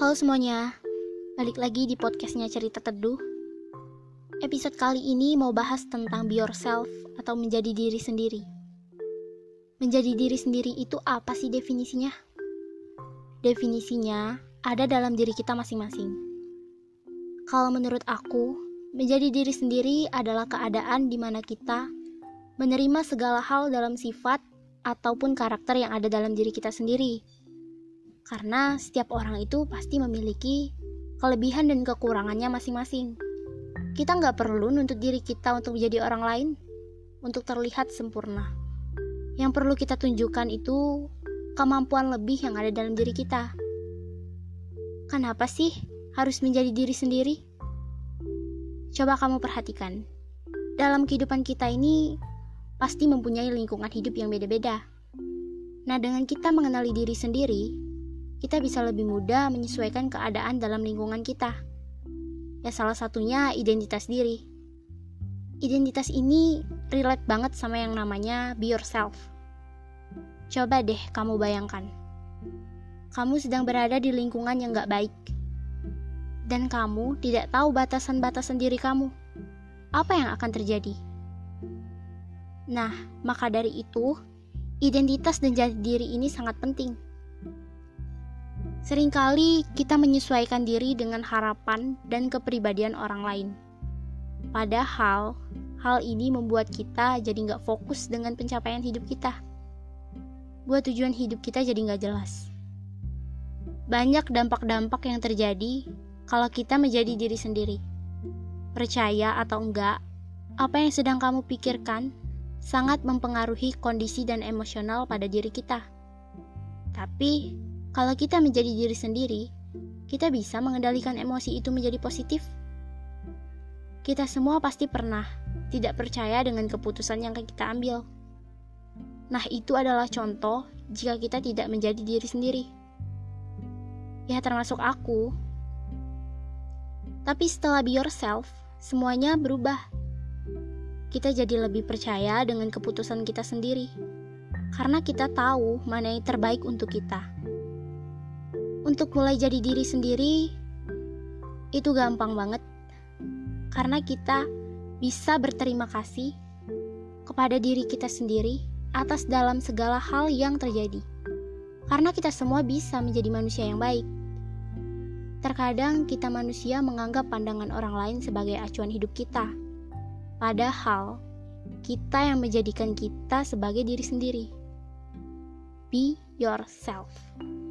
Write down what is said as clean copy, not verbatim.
Halo semuanya, balik lagi di podcastnya Cerita Teduh. Episode kali ini mau bahas tentang be yourself atau menjadi diri sendiri. Menjadi diri sendiri itu apa sih definisinya? Definisinya ada dalam diri kita masing-masing. Kalau menurut aku, menjadi diri sendiri adalah keadaan di mana kita menerima segala hal dalam sifat ataupun karakter yang ada dalam diri kita sendiri. Karena setiap orang itu pasti memiliki kelebihan dan kekurangannya masing-masing. Kita nggak perlu nuntut diri kita untuk menjadi orang lain, untuk terlihat sempurna. Yang perlu kita tunjukkan itu kemampuan lebih yang ada dalam diri kita. Kenapa sih harus menjadi diri sendiri? Coba kamu perhatikan. Dalam kehidupan kita ini pasti mempunyai lingkungan hidup yang beda-beda. Nah, dengan kita mengenali diri sendiri, kita bisa lebih mudah menyesuaikan keadaan dalam lingkungan kita. Ya, salah satunya identitas diri. Identitas ini relate banget sama yang namanya be yourself. Coba deh kamu bayangkan. Kamu sedang berada di lingkungan yang gak baik. Dan kamu tidak tahu batasan-batasan diri kamu. Apa yang akan terjadi? Nah, maka dari itu, identitas dan jati diri ini sangat penting. Seringkali kita menyesuaikan diri dengan harapan dan kepribadian orang lain. Padahal, hal ini membuat kita jadi gak fokus dengan pencapaian hidup kita. Buat tujuan hidup kita jadi gak jelas. Banyak dampak-dampak yang terjadi kalau kita menjadi diri sendiri. Percaya atau enggak, apa yang sedang kamu pikirkan sangat mempengaruhi kondisi dan emosional pada diri kita. Tapi, kalau kita menjadi diri sendiri, kita bisa mengendalikan emosi itu menjadi positif. Kita semua pasti pernah tidak percaya dengan keputusan yang kita ambil. Nah, itu adalah contoh jika kita tidak menjadi diri sendiri. Ya, termasuk aku. Tapi setelah be yourself, semuanya berubah. Kita jadi lebih percaya dengan keputusan kita sendiri. Karena kita tahu mana yang terbaik untuk kita. Untuk mulai jadi diri sendiri, itu gampang banget. Karena kita bisa berterima kasih kepada diri kita sendiri atas dalam segala hal yang terjadi. Karena kita semua bisa menjadi manusia yang baik. Terkadang kita manusia menganggap pandangan orang lain sebagai acuan hidup kita. Padahal, kita yang menjadikan kita sebagai diri sendiri. Be yourself.